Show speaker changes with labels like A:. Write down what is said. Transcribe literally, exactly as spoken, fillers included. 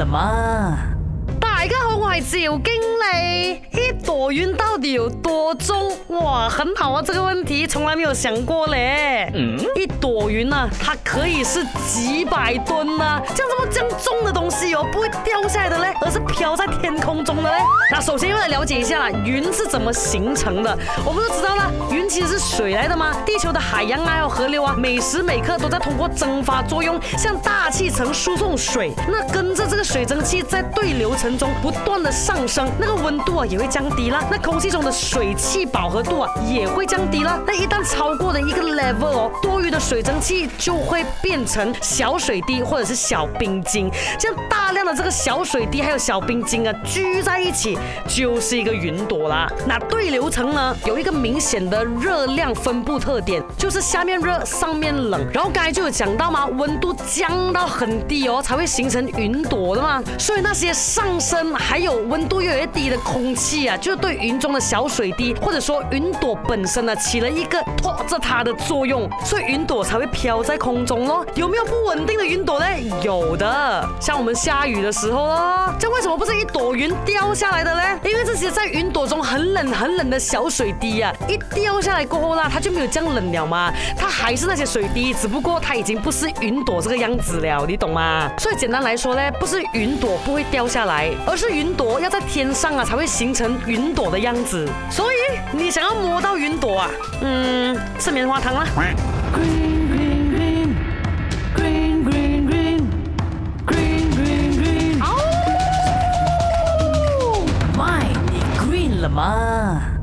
A: 了吗？
B: 大家好，我係趙經理。一朵雲到底有多重？哇，很好啊，這個問題從來沒有想過嘞。嗯，一朵雲啊，它可以是幾百噸啊，像這麼這樣重的東西哦，不會掉下來的嘞，而是飄在天空中的嘞。那首先要來了解一下啦，雲是怎麼形成的？我們都知道啦，雲其實是水來的嘛，地球的海洋啊、河流啊，每時每刻都在通過蒸發作用向大氣層輸送水。那跟着這個水蒸氣在對流層中不斷的上升，那個溫度啊也會降低啦，那空氣中的水汽飽和度啊也會降低啦。那一旦超過了一個 level 哦，多餘的水蒸氣就會變成小水滴或者是小冰晶，這樣大量的這個小水滴還有小冰晶啊聚在一起，就是一個雲朵啦。那對流層呢有一個明顯的熱量分布特點，就是下面熱上面冷。然後剛才就有講到嘛，溫度降到很低哦才會形成雲朵的嘛，所以那些上升還有溫度越來越低的空氣啊，就對雲中的小水滴或者說雲朵本身呢起了一個拖着它的作用，所以雲朵才會飄在空中咯。有沒有不穩定的雲朵呢？有的，像我們下雨的時候咯。這為什麼不是一朵雲掉下來的呢？因為這些在雲朵中很冷很冷的小水滴啊，一掉下來過後啦，它就沒有這樣冷了嘛，它還是那些水滴，只不過它已經不是雲朵這個樣子了，你懂嗎？所以簡單來說呢，不是雲朵不會掉下來，而是雲朵要在天上啊才會形成雲朵的樣子。所以你想要摸到雲朵啊，嗯，吃棉花糖啦。Green, green, green, green, green, green, green, green, green.
A: 哦，My，你 green 了嗎？